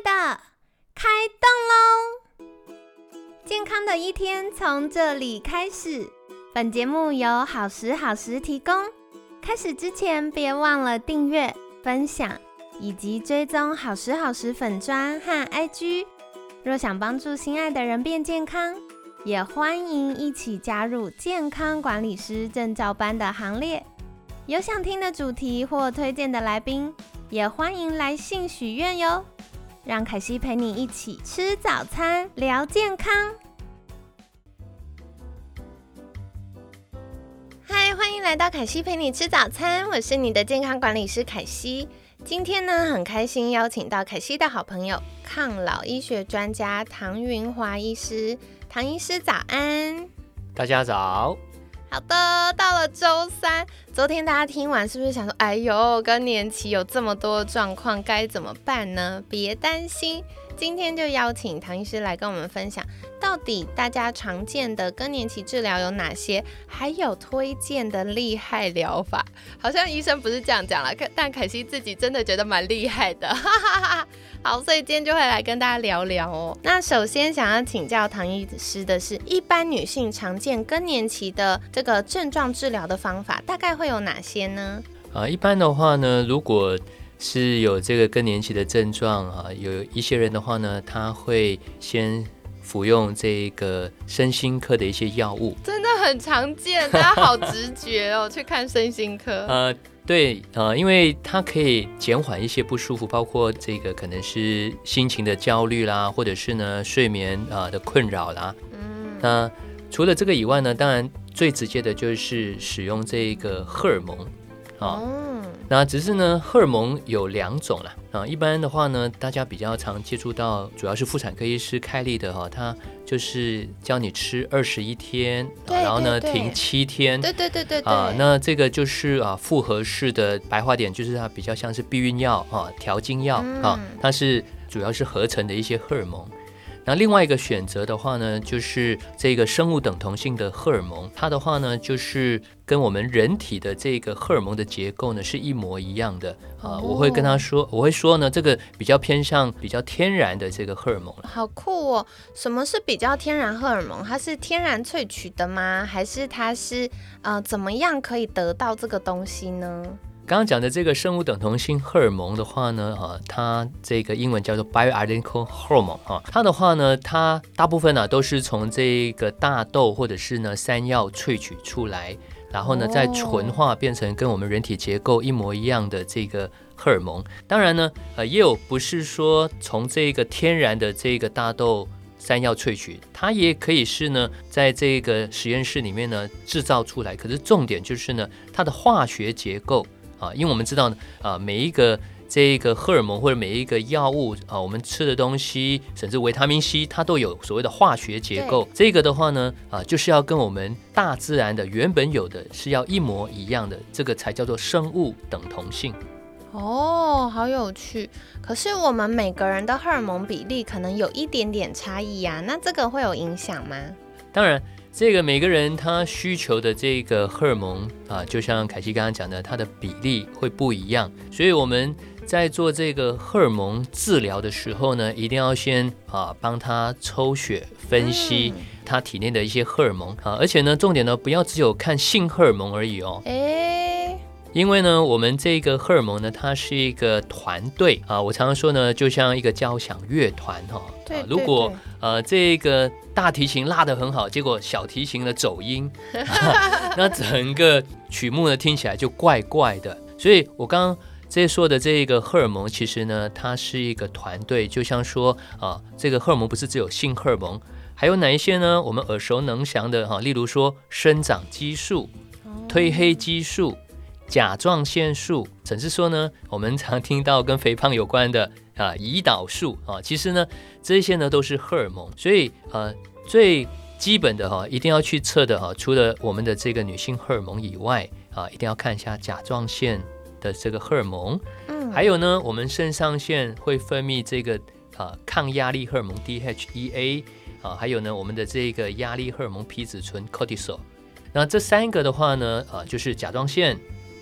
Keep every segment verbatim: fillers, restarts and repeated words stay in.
的，开动喽！健康的一天从这里开始。本节目由好时好时提供。开始之前，别忘了订阅、分享以及追踪好时好时粉专和 I G。若想帮助心爱的人变健康，也欢迎一起加入健康管理师证照班的行列。有想听的主题或推荐的来宾，也欢迎来信许愿哟。让凯西陪你一起吃早餐，聊健康。嗨，欢迎来到凯西陪你吃早餐，我是你的健康管理师凯西。今天呢，很开心邀请到凯西的好朋友，抗老医学专家唐云华医师。唐医师早安。 大家早。 好的，到了周三，昨天大家听完是不是想说，哎呦，更年期有这么多状况，该怎么办呢？别担心，今天就邀请唐医师来跟我们分享，到底大家常见的更年期治疗有哪些，还有推荐的厉害疗法。好像医生不是这样讲啦，但凯西自己真的觉得蛮厉害的，哈哈哈。好，所以今天就会来跟大家聊聊哦。那首先想要请教唐医师的是，一般女性常见更年期的这个症状治疗的方法，大概会有哪些呢？ 啊，一般的话呢，如果是有这个更年期的症状啊，有一些人的话呢，他会先服用这个身心科的一些药物， 真的很常见，大家好直觉哦，去看身心科。 呃，对，呃，因为它可以减缓一些不舒服，包括这个可能是心情的焦虑啦，或者是呢睡眠啊、呃、的困扰啦。嗯，那除了这个以外呢，当然最直接的就是使用这个荷尔蒙啊。哦，那只是呢，荷尔蒙有两种啦啊。一般的话呢，大家比较常接触到，主要是妇产科医师开立的哈，他就是教你吃二十一天， 对对对， 然后呢停七天， 对对对对对啊。那这个就是啊复合式的，白话点就是它比较像是避孕药啊、调经药、嗯、啊，它是主要是合成的一些荷尔蒙。那另外一个选择的话呢，就是这个生物等同性的荷尔蒙，它的话呢，就是跟我们人体的这个荷尔蒙的结构呢是一模一样的啊。我会跟他说，我会说呢，这个比较偏向比较天然的这个荷尔蒙。 好酷哦！什么是比较天然荷尔蒙？它是天然萃取的吗？还是它是呃怎么样可以得到这个东西呢？ 刚刚讲的这个生物等同性荷尔蒙的话呢，啊，它这个英文叫做 bioidentical hormone 啊，它的话呢，它大部分呢、啊、都是从这个大豆或者是呢山药萃取出来，然后呢再纯化变成跟我们人体结构一模一样的这个荷尔蒙。当然呢，呃，也有不是说从这个天然的这个大豆山药萃取，它也可以是呢，在这个实验室里面呢制造出来。可是重点就是呢，它的化学结构。啊，因为我们知道呢，啊，每一个这个荷尔蒙或者每一个药物啊，我们吃的东西，甚至维他命 C， 它都有所谓的化学结构。这个的话呢，啊，就是要跟我们大自然的原本有的是要一模一样的，这个才叫做生物等同性。 哦，好有趣。可是我们每个人的荷尔蒙比例可能有一点点差异啊，那这个会有影响吗？ 当然。这个每个人他需求的这个荷尔蒙啊，就像凯西刚刚讲的，它的比例会不一样，所以我们在做这个荷尔蒙治疗的时候呢，一定要先啊帮他抽血分析他体内的一些荷尔蒙啊，而且呢，重点呢不要只有看性荷尔蒙而已哦。诶，因为呢，我们这个荷尔蒙呢，它是一个团队啊，我常常说呢，就像一个交响乐团哈、哦。 对， 如果呃这个大提琴拉得很好，结果小提琴的走音，那整个曲目呢听起来就怪怪的。所以我刚刚这说的这个荷尔蒙，其实呢它是一个团队，就像说啊、呃，这个荷尔蒙不是只有性荷尔蒙，还有哪一些呢？我们耳熟能详的哈、啊，例如说生长激素、褪黑激素、甲状腺素，甚至说呢，我们常听到跟肥胖有关的啊，胰岛素啊，其实呢，这些呢都是荷尔蒙，所以呃，最基本的哈、啊，一定要去测的哈、啊，除了我们的这个女性荷尔蒙以外啊，一定要看一下甲状腺的这个荷尔蒙，嗯，还有呢，我们肾上腺会分泌这个啊抗压力荷尔蒙 D H E A 啊，还有呢，我们的这个压力荷尔蒙皮质醇 cortisol。那这三个的话呢，啊，就是甲状腺、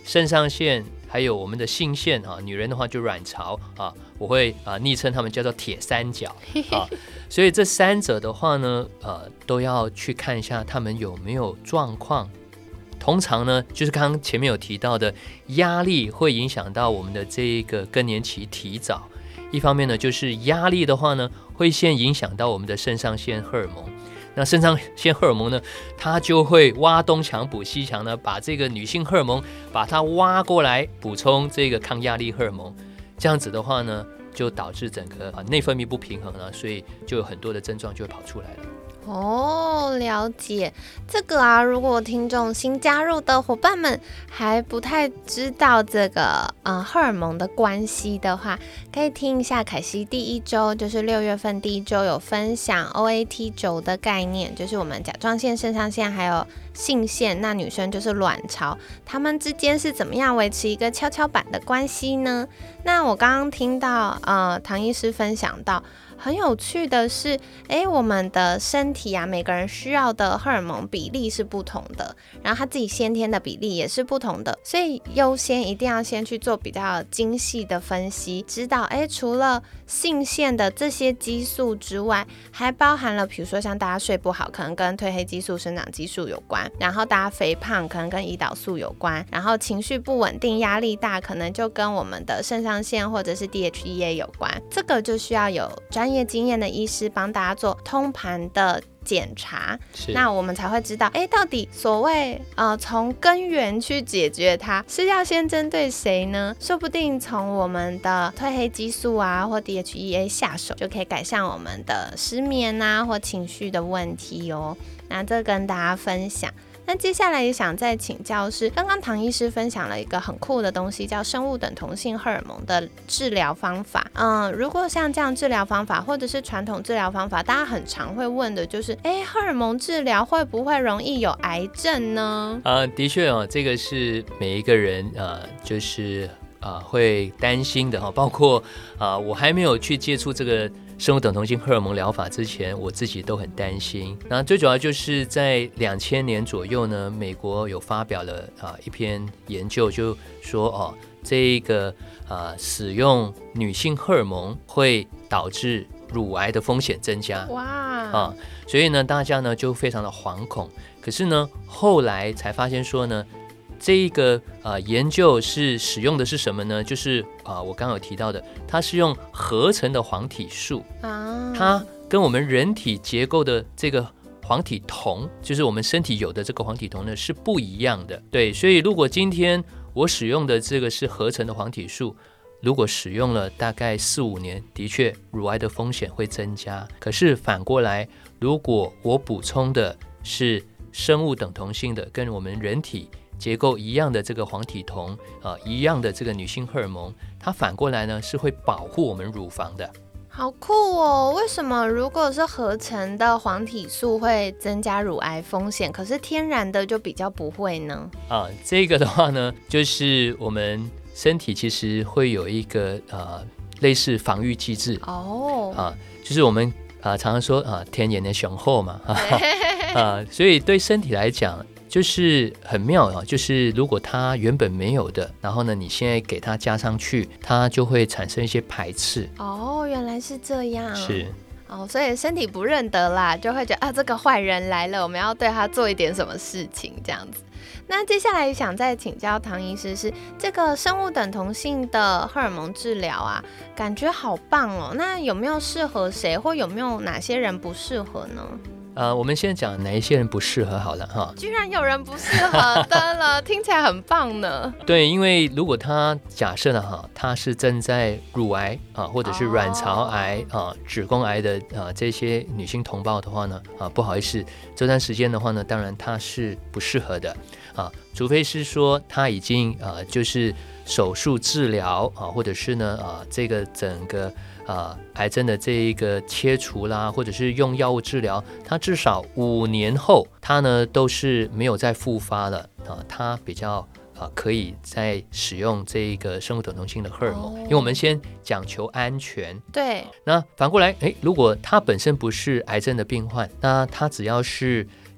肾上腺还有我们的性腺啊，女人的话就卵巢啊，我会啊昵称他们叫做铁三角啊，所以这三者的话呢，呃，都要去看一下他们有没有状况。通常呢，就是刚刚前面有提到的，压力会影响到我们的这一个更年期提早。一方面呢，就是压力的话呢，会先影响到我们的肾上腺荷尔蒙。那肾上腺荷尔蒙呢，它就会挖东墙补西墙呢，把这个女性荷尔蒙把它挖过来补充这个抗压力荷尔蒙。这样子的话呢，就导致整个内分泌不平衡了，所以就有很多的症状就会跑出来了。 哦，了解这个啊。如果听众新加入的伙伴们还不太知道这个呃荷尔蒙的关系的话，可以听一下凯西第一周，就是六月份第一周有分享 O A T 轴的概念，就是我们甲状腺、肾上腺还有性腺，那女生就是卵巢，它们之间是怎么样维持一个跷跷板的关系呢？那我刚刚听到呃唐医师分享到。很有趣的是，哎，我们的身体啊，每个人需要的荷尔蒙比例是不同的，然后他自己先天的比例也是不同的，所以优先一定要先去做比较精细的分析，知道，哎，除了性腺的这些激素之外，还包含了，比如说像大家睡不好，可能跟褪黑激素、生长激素有关，然后大家肥胖可能跟胰岛素有关，然后情绪不稳定、压力大，可能就跟我们的肾上腺或者是 D H E A 有关，这个就需要有专业经验的医师帮大家做通盘的检查，那我们才会知道，哎，到底所谓呃从根源去解决它，是要先针对谁呢？说不定从我们的褪黑激素啊或 D H E A 下手，就可以改善我们的失眠啊或情绪的问题哦。那这跟大家分享。那接下来也想再请教是，刚刚唐医师分享了一个很酷的东西，叫生物等同性荷尔蒙的治疗方法。嗯，如果像这样治疗方法，或者是传统治疗方法，大家很常会问的就是，哎，荷尔蒙治疗会不会容易有癌症呢？ 啊、呃，的确哦，这个是每一个人呃，就是呃会担心的哈、哦，包括啊、呃，我还没有去接触这个。生物等同性荷尔蒙疗法之前，我自己都很担心。那最主要就是在两千年左右呢，美国有发表了啊一篇研究，就说哦，这个啊使用女性荷尔蒙会导致乳癌的风险增加。 哇啊，所以呢，大家呢就非常的惶恐。可是呢，后来才发现说呢。这一个呃研究是使用的是什么呢？就是啊、呃，我刚刚有提到的，它是用合成的黄体素啊，它跟我们人体结构的这个黄体酮，就是我们身体有的这个黄体酮呢是不一样的。对，所以如果今天我使用的这个是合成的黄体素，如果使用了大概四五年，的确乳癌的风险会增加。可是反过来，如果我补充的是生物等同性的，跟我们人体结构一样的这个黄体酮，呃，一样的这个女性荷尔蒙，它反过来呢是会保护我们乳房的。 好酷哦！为什么如果是合成的黄体素会增加乳癌风险，可是天然的就比较不会呢？ 啊，这个的话呢，就是我们身体其实会有一个呃类似防御机制哦，啊，就是我们啊、呃、常常说啊天然的雄厚嘛，啊，所以对身体来讲。就是很妙啊，就是如果它原本没有的，然后呢，你现在给它加上去，它就会产生一些排斥。 哦，原来是这样。 是。 哦，所以身体不认得啦，就会觉得啊，这个坏人来了，我们要对他做一点什么事情，这样子。那接下来想再请教唐医师是这个生物等同性的荷尔蒙治疗啊，感觉好棒哦。那有没有适合谁，或有没有哪些人不适合呢？ 呃，我们先讲哪一些人不适合好了哈。 居然有人不适合的了，听起来很棒呢。 对，因为如果他假设呢哈，他是正在乳癌啊，或者是卵巢癌、哦、啊、子宫癌的啊这些女性同胞的话呢，啊不好意思，这段时间的话呢，当然他是不适合的啊，除非是说他已经啊就是手术治疗啊，或者是呢啊这个整个。呃，癌症的这一个切除啦，或者是用药物治疗，它至少五年后，它呢都是没有再复发了啊、呃，它比较呃可以再使用这一个生物等同性的荷尔蒙，哦、因为我们先讲求安全。 对。 那反过来，哎，如果他本身不是癌症的病患，那他只要是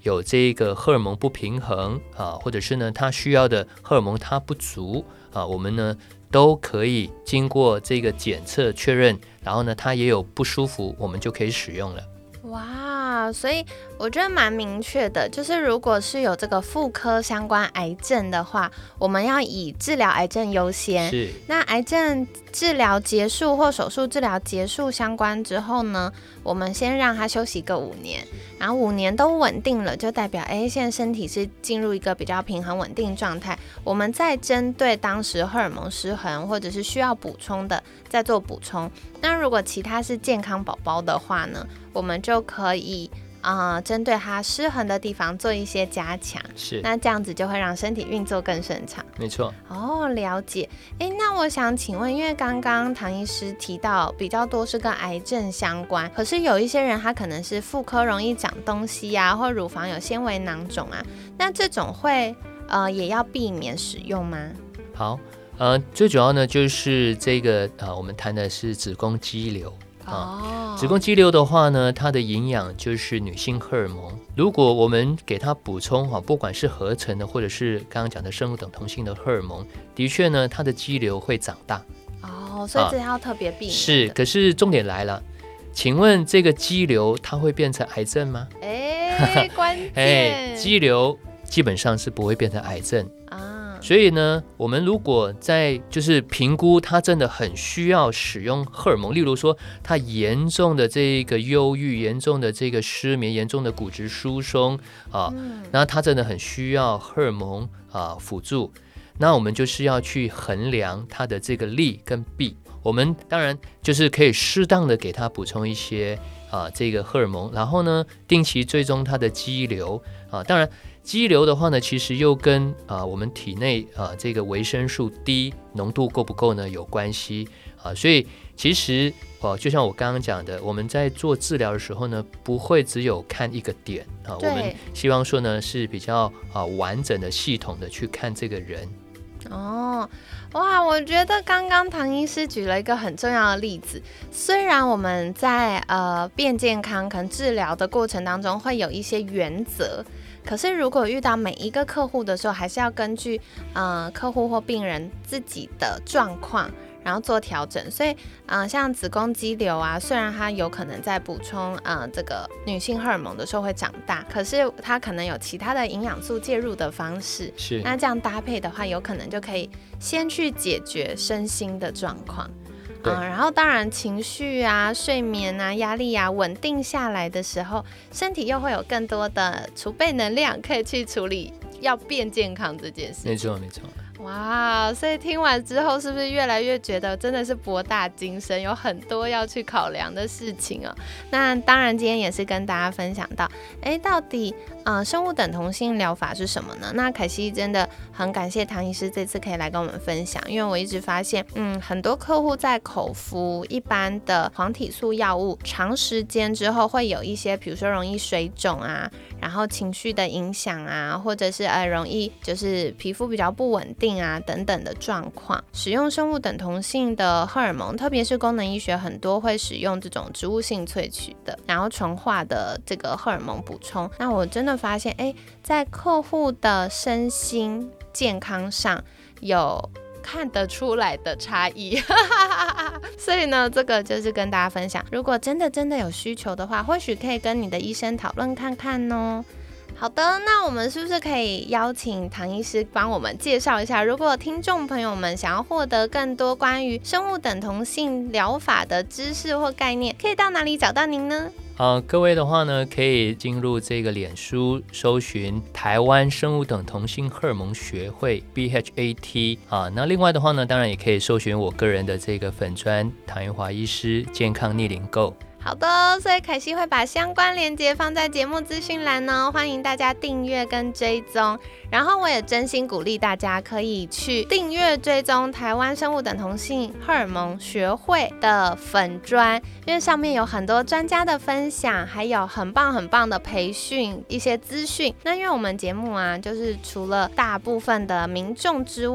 有这个荷尔蒙不平衡啊，或者是呢他需要的荷尔蒙它不足啊，我们呢都可以经过这个检测确认，然后呢他也有不舒服，我们就可以使用了。 哇，所以我觉得蛮明确的，就是如果是有这个妇科相关癌症的话，我们要以治疗癌症优先。 是， 那癌症治疗结束或手术治疗结束相关之后呢，我们先让他休息个五年，然后五年都稳定了，就代表哎，现在身体是进入一个比较平衡稳定状态。我们再针对当时荷尔蒙失衡或者是需要补充的，再做补充。那如果其他是健康宝宝的话呢，我们就可以啊、呃，针对它失衡的地方做一些加强。 是， 那这样子就会让身体运作更顺畅。 没错。 哦，了解。哎，那我想请问，因为刚刚唐医师提到比较多是跟癌症相关，可是有一些人他可能是妇科容易长东西啊，或乳房有纤维囊肿啊，那这种会呃也要避免使用吗？ 好，呃，最主要呢就是这个呃，我们谈的是子宫肌瘤。啊，子宫肌瘤的话呢，它的营养就是女性荷尔蒙。如果我们给它补充啊，不管是合成的，或者是刚刚讲的生物等同性的荷尔蒙，的确呢，它的肌瘤会长大。 哦，所以这要特别避免、啊。 是，可是重点来了，请问这个肌瘤它会变成癌症吗？ 哎，关键。 哎，肌瘤基本上是不会变成癌症啊。 所以呢，我们如果在就是评估他真的很需要使用荷尔蒙，例如说他严重的这个忧郁、严重的这个失眠、严重的骨质疏松啊，嗯、那他真的很需要荷尔蒙啊辅助，那我们就是要去衡量他的这个利跟弊。我们当然就是可以适当的给他补充一些啊这个荷尔蒙，然后呢定期追踪他的肌瘤啊，当然。肌瘤的话呢，其实又跟啊我们体内啊这个维生素 D 浓度够不够呢有关系啊，所以其实哦，就像我刚刚讲的，我们在做治疗的时候呢，不会只有看一个点啊，我们希望说呢是比较啊完整的、系统的去看这个人。 哦，哇，我觉得刚刚唐医师举了一个很重要的例子。虽然我们在呃变健康可能治疗的过程当中会有一些原则，可是如果遇到每一个客户的时候，还是要根据呃客户或病人自己的状况，然后做调整。所以呃像子宫肌瘤啊，虽然它有可能在补充呃这个女性荷尔蒙的时候会长大，可是它可能有其他的营养素介入的方式， 是那这样搭配的话，有可能就可以先去解决身心的状况。嗯，然后当然情绪啊、睡眠啊、压力啊稳定下来的时候，身体又会有更多的储备能量，可以去处理要变健康这件事。 没错，没错。 哇，所以听完之后，是不是越来越觉得真的是博大精深，有很多要去考量的事情哦？那当然，今天也是跟大家分享到，哎，到底呃生物等同性疗法是什么呢？那凯西真的很感谢唐医师这次可以来跟我们分享，因为我一直发现，嗯，很多客户在口服一般的黄体素药物长时间之后，会有一些，比如说容易水肿啊，然后情绪的影响啊，或者是呃容易就是皮肤比较不稳定啊等等的状况。使用生物等同性的荷尔蒙，特别是功能医学很多会使用这种植物性萃取的，然后纯化的这个荷尔蒙补充。那我真的发现，哎，在客户的身心健康上有看得出来的差异所以呢，这个就是跟大家分享，如果真的真的有需求的话，或许可以跟你的医生讨论看看哦。好的，那我们是不是可以邀请唐医师帮我们介绍一下，如果听众朋友们想要获得更多关于生物等同性疗法的知识或概念，可以到哪里找到您呢？ 呃，各位的话呢，可以进入这个脸书搜寻台湾生物等同性荷尔蒙学会 B H A T 啊。那另外的话呢，当然也可以搜寻我个人的这个粉专唐元华医师健康逆龄购。 好的，所以凯西会把相关连结放在节目资讯栏哦，欢迎大家订阅跟追踪。然后我也真心鼓励大家可以去订阅追踪台湾生物等同性荷尔蒙学会的粉专，因为上面有很多专家的分享，还有很棒很棒的培训一些资讯。那因为我们节目啊，就是除了大部分的民众之外，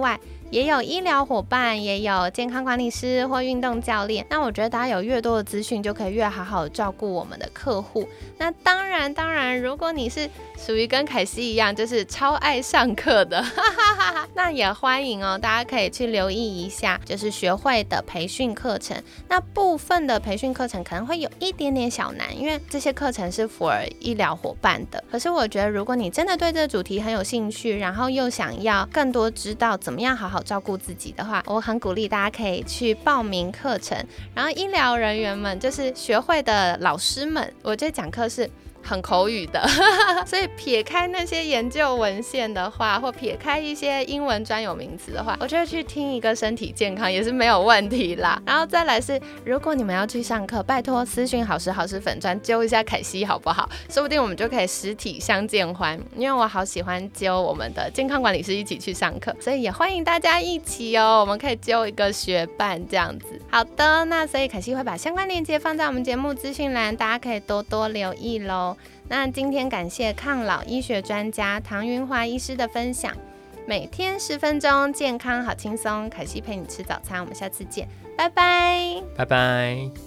也有医疗伙伴，也有健康管理师或运动教练。那我觉得大家有越多的资讯，就可以越好好的照顾我们的客户。那当然当然，如果你是属于跟凯西一样，就是超爱上课的那也欢迎哦，大家可以去留意一下，就是学会的培训课程。那部分的培训课程可能会有一点点小难，因为这些课程是 for 医疗伙伴的。可是我觉得，如果你真的对这个主题很有兴趣，然后又想要更多知道怎么样好好照顾自己的话，我很鼓励大家可以去报名课程。然后医疗人员们，就是学会的老师们，我觉得讲课是很口语的所以撇开那些研究文献的话，或撇开一些英文专有名词的话，我觉得去听一个身体健康也是没有问题啦。然后再来是，如果你们要去上课，拜托私讯好时好时粉专揪一下凯西好不好？说不定我们就可以实体相见欢，因为我好喜欢揪我们的健康管理师一起去上课，所以也欢迎大家一起哦，我们可以揪一个学伴这样子。好的，那所以凯西会把相关链接放在我们节目资讯栏，大家可以多多留意咯。那今天感谢抗老医学专家唐云华医师的分享，每天十分钟，健康好轻松，凯西陪你吃早餐，我们下次见，拜拜， 拜拜。